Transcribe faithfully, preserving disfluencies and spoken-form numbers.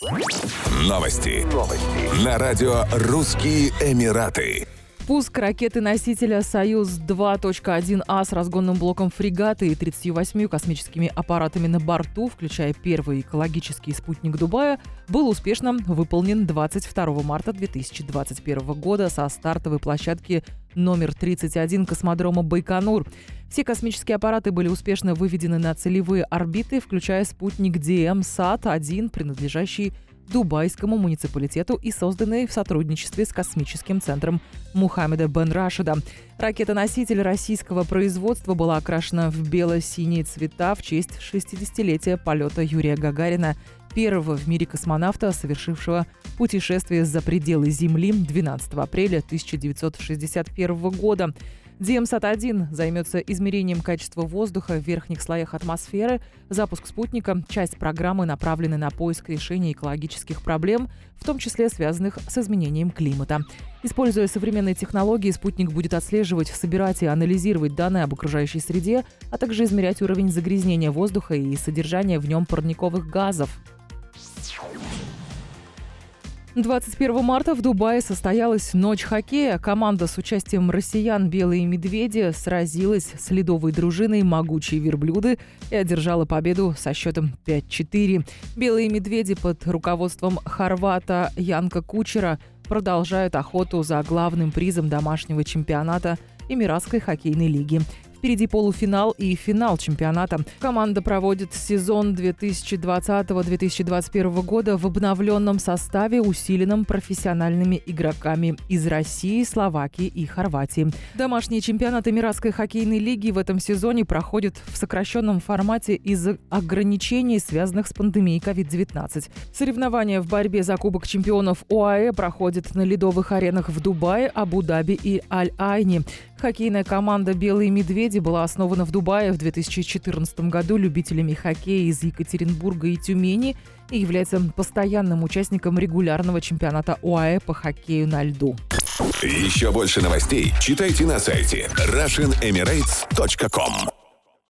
Новости. Новости. На радио «Русские Эмираты». Пуск ракеты-носителя «Союз-два точка один А» с разгонным блоком фрегата и тридцатью восьмью космическими аппаратами на борту, включая первый экологический спутник Дубая, был успешно выполнен двадцать второго марта две тысячи двадцать первого года со стартовой площадки номер тридцать один космодрома Байконур. Все космические аппараты были успешно выведены на целевые орбиты, включая спутник ди эм сат один, принадлежащий Дубайскому муниципалитету и созданный в сотрудничестве с космическим центром Мухаммеда бен Рашида. Ракета-носитель российского производства была окрашена в бело-синие цвета в честь шестидесятилетия полета Юрия Гагарина, первого в мире космонавта, совершившего путешествие за пределы Земли двенадцатого апреля тысяча девятьсот шестьдесят первого года. ди эм сат один займется измерением качества воздуха в верхних слоях атмосферы. Запуск спутника – часть программы, направленной на поиск решения экологических проблем, в том числе связанных с изменением климата. Используя современные технологии, спутник будет отслеживать, собирать и анализировать данные об окружающей среде, а также измерять уровень загрязнения воздуха и содержание в нем парниковых газов. двадцать первого марта в Дубае состоялась ночь хоккея. Команда с участием россиян «Белые медведи» сразилась с ледовой дружиной «Могучие верблюды» и одержала победу со счетом пять четыре. «Белые медведи» под руководством хорвата Янка Кучера продолжают охоту за главным призом домашнего чемпионата Эмиратской хоккейной лиги. Впереди полуфинал и финал чемпионата. Команда проводит сезон две тысячи двадцатого - две тысячи двадцать первого года в обновленном составе, усиленном профессиональными игроками из России, Словакии и Хорватии. Домашний чемпионат Эмиратской хоккейной лиги в этом сезоне проходит в сокращенном формате из-за ограничений, связанных с пандемией ковид девятнадцать. Соревнования в борьбе за Кубок чемпионов ОАЭ проходят на ледовых аренах в Дубае, Абу-Даби и Аль-Айне. Хоккейная команда «Белые медведи» была основана в Дубае в две тысячи четырнадцатом году любителями хоккея из Екатеринбурга и Тюмени и является постоянным участником регулярного чемпионата ОАЭ по хоккею на льду. Еще больше новостей читайте на сайте рашн эмирейтс точка ком.